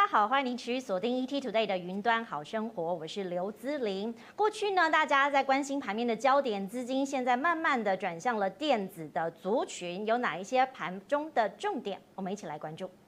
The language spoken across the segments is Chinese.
好，欢迎您持续锁定 ETtoday 的云端好生活，我是刘姿玲。过去呢，大家在关心盘面的焦点资金，现在慢慢的转向了电子的族群，有哪一些盘中的重点？我们一起来关注。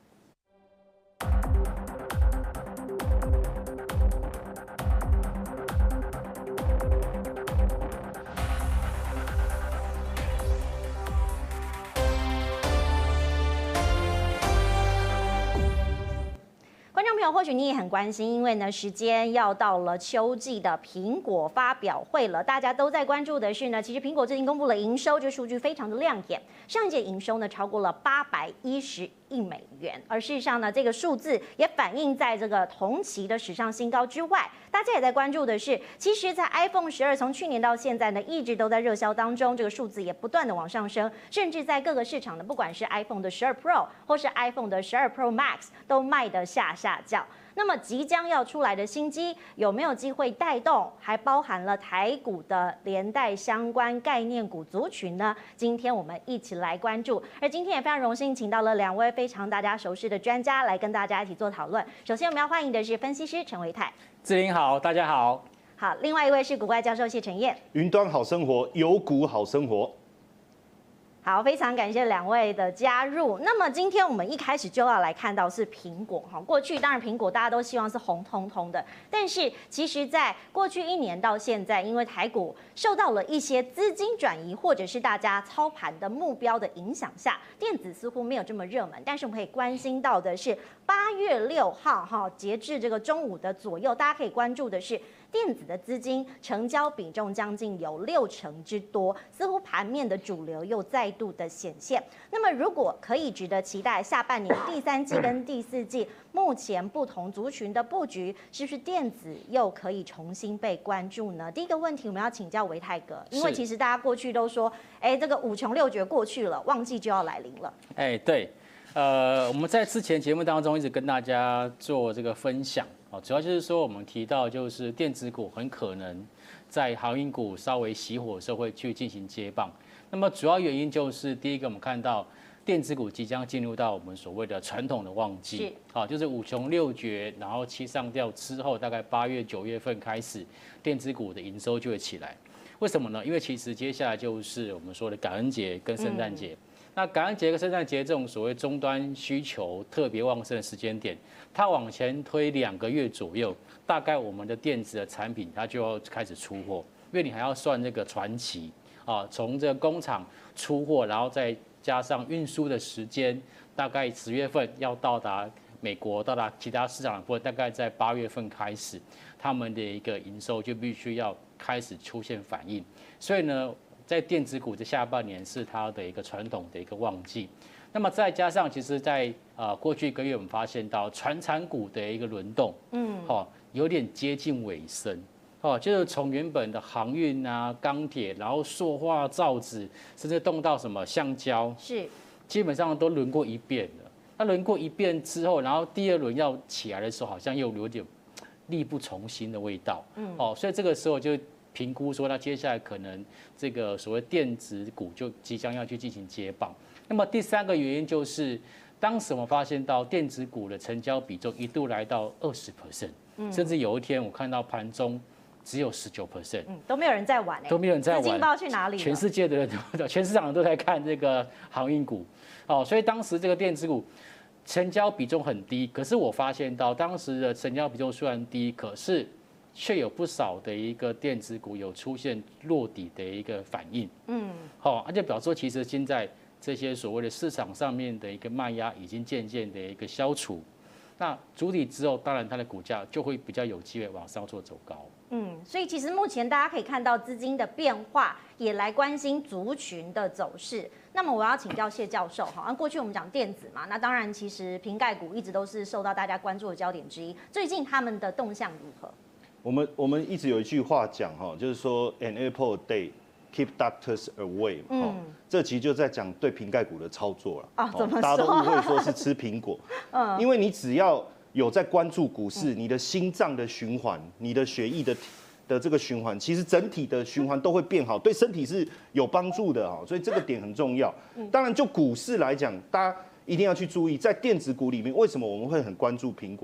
观众朋友，或许你也很关心，因为呢，时间要到了秋季的苹果发表会了。大家都在关注的是呢，其实苹果最近公布了营收，这数据非常的亮眼。上一届营收呢超过了810亿美元，而事实上呢，这个数字也反映在这个同期的史上新高之外，大家也在关注的是，其实，在 iPhone 12从去年到现在呢，一直都在热销当中，这个数字也不断的往上升，甚至在各个市场呢，不管是 iPhone 的12 Pro 或是 iPhone 的12 Pro Max 都卖得下叫。那么即将要出来的新机有没有机会带动？还包含了台股的连带相关概念股族群呢？今天我们一起来关注。而今天也非常荣幸请到了2位非常大家熟悉的专家来跟大家一起做讨论。首先我们要欢迎的是分析师陈唯泰。 志玲好，大家好。 好，另外一位是股怪教授谢承彦。 云端好生活，有股好生活。 好，非常感谢2位的加入。那么今天我们一开始就要来看到是苹果哈。过去当然苹果大家都希望是红彤彤的，但是其实在过去1年到现在，因为台股受到了一些资金转移或者是大家操盘的目标的影响下，电子似乎没有这么热门。但是我们可以关心到的是8月6号哈，截至这个中午的左右，大家可以关注的是电子的资金成交比重将近有60%之多，似乎盘面的主流又再度的显现。那么，如果可以值得期待下半年第3季跟第4季目前不同族群的布局，是不是电子又可以重新被关注呢？第一个问题我们要请教唯泰哥，因为其实大家过去都说，这个5穷6绝过去了，旺季就要来临了。 对，我们在之前节目当中一直跟大家做这个分享。主要就是说，我们提到就是电子股很可能在航运股稍微熄火的时候会去进行接棒。那么主要原因就是第一个，我们看到电子股即将进入到我们所谓的传统的旺季，就是5穷6绝，然后7上吊之后，大概8月9月份开始，电子股的营收就会起来。为什么呢？因为其实接下来就是我们说的感恩节跟圣诞节。那感恩节跟圣诞节这种所谓终端需求特别旺盛的时间点，它往前推2个月左右，大概我们的电子的产品它就要开始出货，因为你还要算这个传奇啊，从这个工厂出货，然后再加上运输的时间，大概10月份要到达美国，到达其他市场的部分，大概在8月份开始，他们的一个营收就必须要开始出现反应，所以呢，在电子股的下半年是它的一个传统的一个旺季，那么再加上其实在过去1个月我们发现到传产股的一个轮动，有点接近尾声，就是从原本的航运啊、钢铁，然后塑化、造纸，甚至动到什么橡胶，是基本上都轮过一遍了。那轮过一遍之后，然后第2轮要起来的时候，好像又有点力不从心的味道，所以这个时候就评估说，那接下来可能这个所谓电子股就即将要去进行接棒。那么第3个原因就是，当时我们发现到电子股的成交比重一度来到20%，甚至有一天我看到盘中只有19%， 都没有人在玩， 都没有人在玩， 资金不知道去哪里了， 全世界的人都，全市场人都在看这个航运股，所以当时这个电子股成交比重很低，可是我发现到当时的成交比重虽然低，可是却有不少的一个电子股有出现落底的一个反应，而且表示说其实现在这些所谓的市场上面的一个卖压已经渐渐的一个消除，那筑底之后，当然它的股价就会比较有机会往上做走高。 所以其实目前大家可以看到资金的变化，也来关心族群的走势。那么我要请教谢教授哈，过去我们讲电子嘛，那当然其实瓶盖股一直都是受到大家关注的焦点之一，最近他们的动向如何？ 我们一直有一句话讲哈，就是说 an apple a day keep doctors away，这其实就在讲对瓶盖股的操作了。 怎么说？ 大家都误会说是吃苹果，因为你只要有在关注股市，你的心脏的循环，你的血液的这个循环，其实整体的循环都会变好，对身体是有帮助的所以这个点很重要。当然，就股市来讲，大家一定要去注意，在电子股里面，为什么我们会很关注苹果？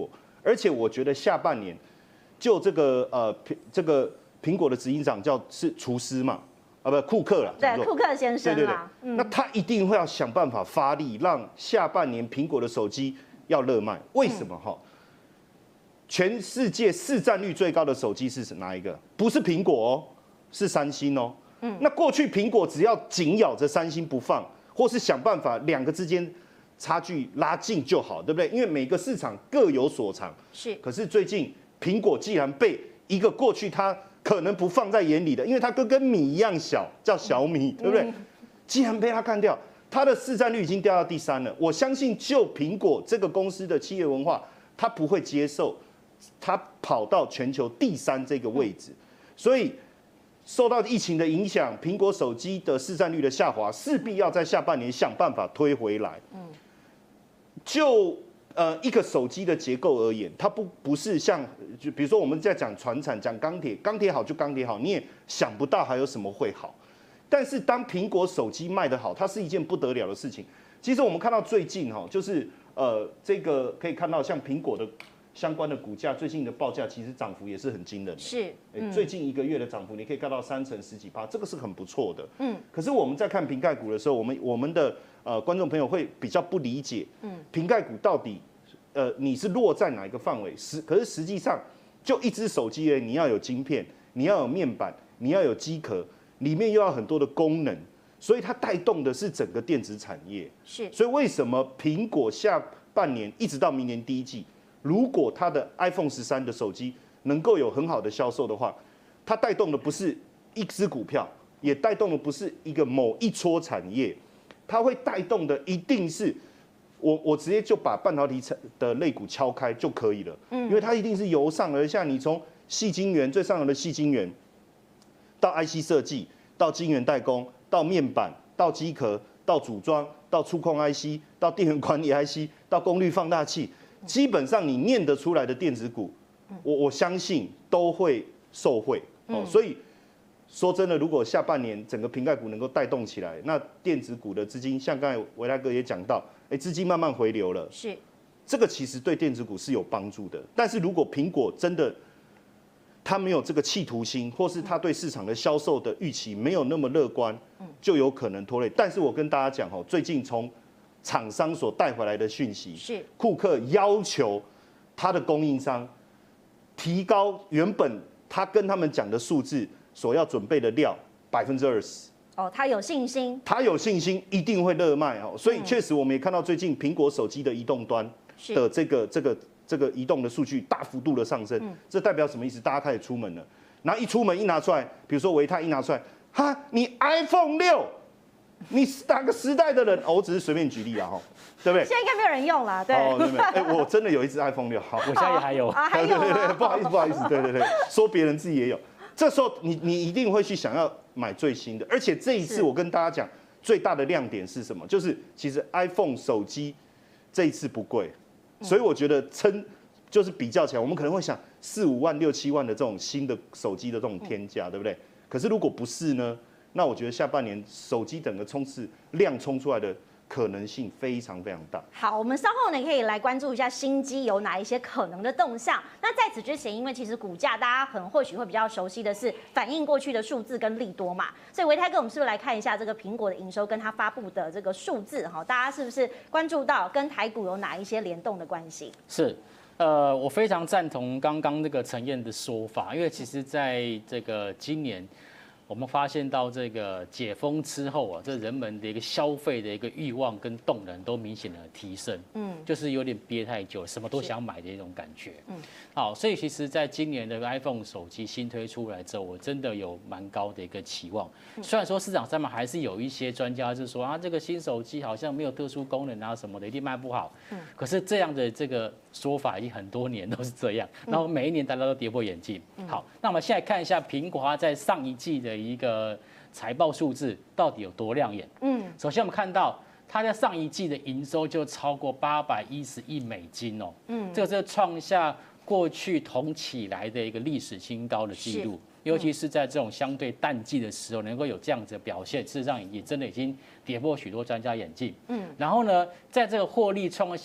而且我觉得下半年，就这个苹果的执行长是厨师嘛，不库克啦， 对，库克先生啦， 那他一定会要想办法发力，让下半年苹果的手机要热卖。为什么哈？全世界市占率最高的手机是哪一个？不是苹果哦，是三星哦。那过去苹果只要紧咬着三星不放，或是想办法两个之间差距拉近就好，对不对？因为每个市场各有所长。是。可是最近苹果既然被一个过去它可能不放在眼里的，因为它跟米一样小，叫小米，对不对？既然被它干掉，它的市占率已经掉到第3了。我相信就苹果这个公司的企业文化，它不会接受它跑到全球第3这个位置，所以。受到疫情的影响，苹果手机的市占率的下滑，势必要在下半年想办法推回来。就一个手机的结构而言，它不是像就比如说我们在讲传产、讲钢铁，钢铁好就钢铁好，你也想不到还有什么会好。但是当苹果手机卖得好，它是一件不得了的事情。其实我们看到最近就是这个可以看到像苹果的。相关的股价最近的报价其实涨幅也是很惊人的， 是， 最近1个月的涨幅你可以看到3成10几%，这个是很不错的。可是我们在看瓶盖股的时候，我们的观众朋友会比较不理解，瓶盖股到底你是落在哪一个范围？可是实际上就一只手机你要有晶片，你要有面板，你要有机壳，里面又要很多的功能，所以它带动的是整个电子产业。是，所以为什么苹果下半年一直到明年第1季？如果它的 iPhone 13的手机能够有很好的销售的话，它带动的不是一只股票，也带动的不是一个某一撮产业，它会带动的一定是我直接就把半导体的类股敲开就可以了，因为它一定是由上而下，你从矽晶圆最上游的矽晶圆，到 IC 设计，到晶圆代工，到面板，到机壳，到组装，到触控 IC， 到电源管理 IC， 到功率放大器。基本上你念得出来的电子股，我相信都会受惠。所以说真的，如果下半年整个瓶盖股能够带动起来，那电子股的资金，像刚才维泰哥也讲到，资金慢慢回流了，是这个其实对电子股是有帮助的。但是如果苹果真的它没有这个企图心，或是它对市场的销售的预期没有那么乐观，就有可能拖累。但是我跟大家讲最近从厂商所带回来的讯息是，库克要求他的供应商提高原本他跟他们讲的数字所要准备的料20%。 他有信心， 他有信心一定会热卖所以确实我们也看到最近苹果手机的移动端的这个移动的数据大幅度的上升，这代表什么意思？大家开始出门了，然后一出门一拿出来，比如说维泰一拿出来，你 iPhone 6。你哪个时代的人？我只是随便举例啊，对不对？ 现在应该没有人用了，对。 我真的有一只 iPhone 6，好， 我现在也还有。 还有吗？ 不好意思，对，说别人自己也有。这时候你一定会去想要买最新的，而且这一次我跟大家讲，最大的亮点是什么？就是其实 iPhone 手机这一次不贵，所以我觉得就是比较起来，我们可能会想4、5万、6、7万的这种新的手机的这种天价，对不对？可是如果不是呢？那我觉得下半年手机整个冲刺量冲出来的可能性非常非常大。 好，我们稍后呢可以来关注一下新机有哪一些可能的动向。那在此之前，因为其实股价大家或许会比较熟悉的是反映过去的数字跟利多嘛，所以维泰哥，我们是不是来看一下这个苹果的营收跟它发布的这个数字哈？大家是不是关注到跟台股有哪一些联动的关系？ 是。我非常赞同刚刚那个陈燕的说法，因为其实在这个今年。我们发现到这个解封之后这人们的一个消费的一个欲望跟动能都明显的提升，就是有点憋太久，什么都想买的一种感觉，好，所以其实在今年的 iPhone 手机新推出来之后，我真的有蛮高的一个期望。虽然说市场上面还是有一些专家是说这个新手机好像没有特殊功能什么的，一定卖不好，可是这样的这个说法已经很多年都是这样，然后每一年大家都跌破眼镜。好，那我们现在看一下苹果它在上一季的一个财报数字到底有多亮眼？首先我们看到它在上一季的营收就超过810亿美金这个是创下过去同期来的一个历史新高的记录。尤其是在这种相对淡季的时候，能够有这样子的表现，事实上也真的已经跌破许多专家眼镜。然后呢，在这个获利创下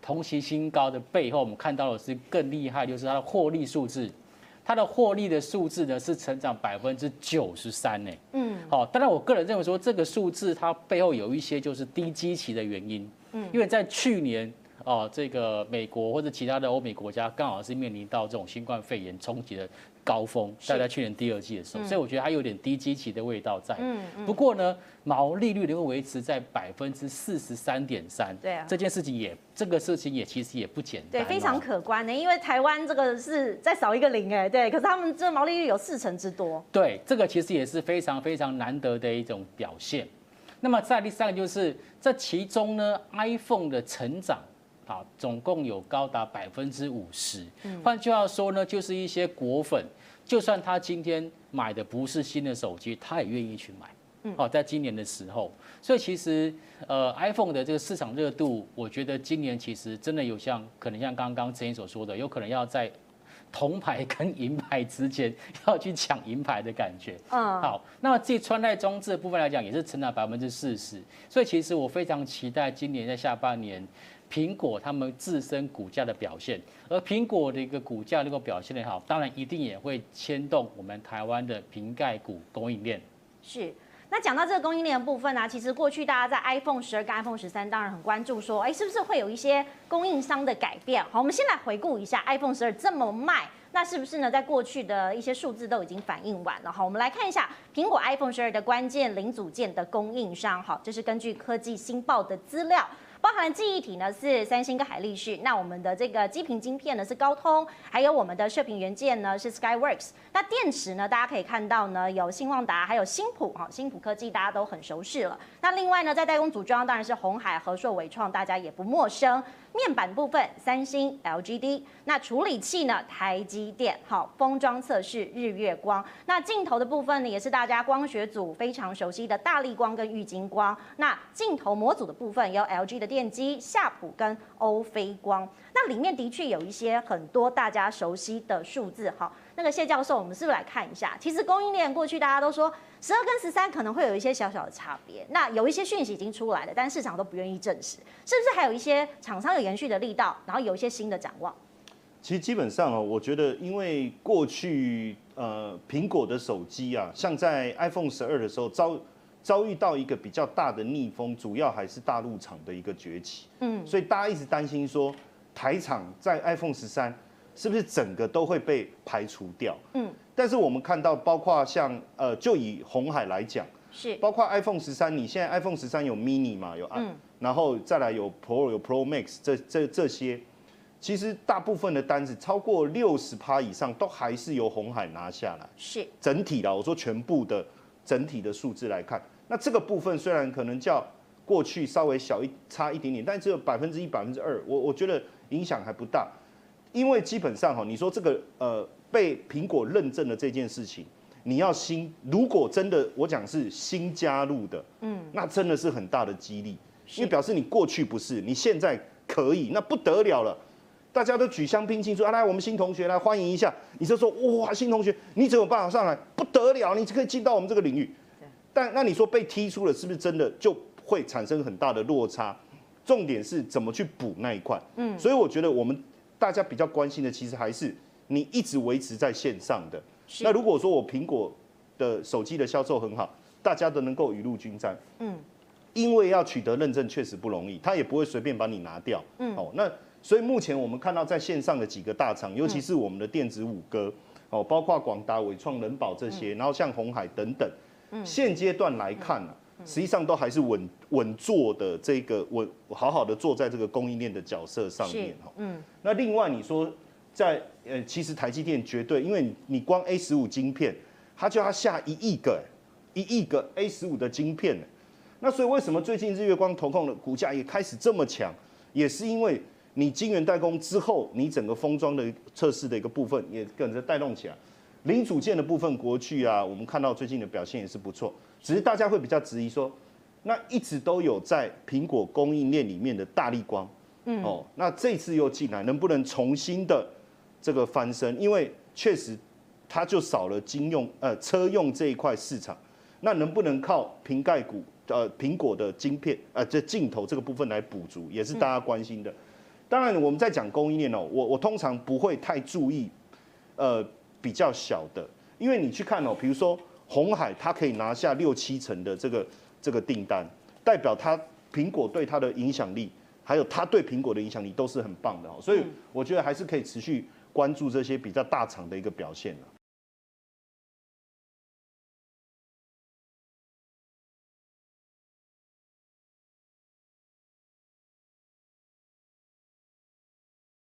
同期新高的背后，我们看到的是更厉害，就是它的获利数字。它的获利的数字呢是成长93%呢。好，当然我个人认为说这个数字它背后有一些就是低基期的原因。因为在去年这个美国或者其他的欧美国家刚好是面临到这种新冠肺炎冲击的高峰，在去年第2季的时候，所以我觉得它有点低基期的味道在。不过呢，毛利率能够维持在43.3%，对啊，这个事情也其实也不简单， 对，非常可观的。因为台湾这个是再少一个零哎，对，可是他们这毛利率有40%之多， 对，这个其实也是非常非常难得的一种表现。那么再第3个就是这其中呢 ，iPhone 的成长。好，总共有高达50%。换句话说呢，就是一些果粉，就算他今天买的不是新的手机，他也愿意去买。好，在今年的时候，所以其实iPhone 的这个市场热度，我觉得今年其实真的有可能像刚刚陈毅所说的，有可能要在铜牌跟银牌之间要去抢银牌的感觉。好，那么至于穿戴装置的部分来讲，也是成长40%。所以其实我非常期待今年在下半年。苹果他们自身股价的表现，而苹果的一个股价如果表现得好，当然一定也会牵动我们台湾的瓶盖股供应链。 是。那讲到这个供应链的部分呢，其实过去大家在 iPhone 12跟 iPhone 13当然很关注说，是不是会有一些供应商的改变？好，我们先来回顾一下 iPhone 12这么卖，那是不是呢？在过去的一些数字都已经反映完了。好，我们来看一下苹果 iPhone 12的关键零组件的供应商。好，这是根据科技新报的资料。包含记忆体呢是三星跟海力士，那我们的这个基频晶片呢是高通，还有我们的射频元件呢是 Skyworks。那电池呢，大家可以看到呢有信旺达，还有新普新普科技大家都很熟悉了。那另外呢，在代工组装当然是鸿海、和硕、伟创，大家也不陌生。面板部分，三星、LGD。那处理器呢，台积电。好，封装测试日月光。那镜头的部分呢，也是大家光学组非常熟悉的大立光跟玉晶光。那镜头模组的部分有 LG 的电机、夏普跟欧菲光。那里面的确有一些很多大家熟悉的数字。好，那个谢教授，我们是不是来看一下？其实供应链过去大家都说12跟13可能会有一些小小的差别。那有一些讯息已经出来了，但市场都不愿意证实，是不是还有一些厂商有延续的力道，然后有一些新的展望？ 其实基本上我觉得因为过去苹果的手机啊，像在 iPhone 12的时候遭遇到一个比较大的逆风，主要还是大陆厂的一个崛起。所以大家一直担心说台厂在 iPhone 13是不是整个都会被排除掉？但是我们看到，包括像就以鸿海来讲，是包括 iPhone 13，你现在 iPhone 13有 mini 嘛，有然后再来有 Pro 有 Pro Max 这些，其实大部分的单子超过60%以上都还是由鸿海拿下来。是整体啦，我说全部的整体的数字来看，那这个部分虽然可能较过去稍微差一点点，但只有1%、2%，我觉得影响还不大，因为基本上你说这个被苹果认证的这件事情，你要如果真的我讲是新加入的，那真的是很大的激励，因为表示你过去不是，你现在可以，那不得了了，大家都举香槟庆祝，来我们新同学来欢迎一下，你就说哇新同学你怎么办法上来，不得了，你可以进到我们这个领域，但那你说被踢出了，是不是真的就会产生很大的落差？重点是怎么去补那一块，所以我觉得我们大家比较关心的，其实还是你一直维持在线上的。那如果说我苹果的手机的销售很好，大家都能够雨露均沾，因为要取得认证确实不容易，他也不会随便把你拿掉，那所以目前我们看到在线上的几个大厂，尤其是我们的电子五哥，包括广达、伟创、人保这些，然后像鸿海等等，现阶段来看实际上都还是稳坐的这个好好的坐在这个供应链的角色上面那另外你说在其实台积电绝对，因为你光 A15 晶片，它就要下1亿个A15 的晶片那所以为什么最近日月光投控的股价也开始这么强，也是因为你晶圆代工之后，你整个封装的测试的一个部分也跟着带动起来。零组件的部分，国巨我们看到最近的表现也是不错，只是大家会比较质疑说，那一直都有在苹果供应链里面的大立光，那这次又进来，能不能重新的这个翻身？因为确实它就少了车用这一块市场，那能不能靠瓶盖股苹果的晶片这镜头这个部分来补足，也是大家关心的。 当然我们在讲供应链哦，我通常不会太注意，比较小的，因为你去看哦，比如说鸿海，它可以拿下6、7成的这个订单，代表它苹果对它的影响力，还有它对苹果的影响力都是很棒的哦，所以我觉得还是可以持续关注这些比较大厂的一个表现了。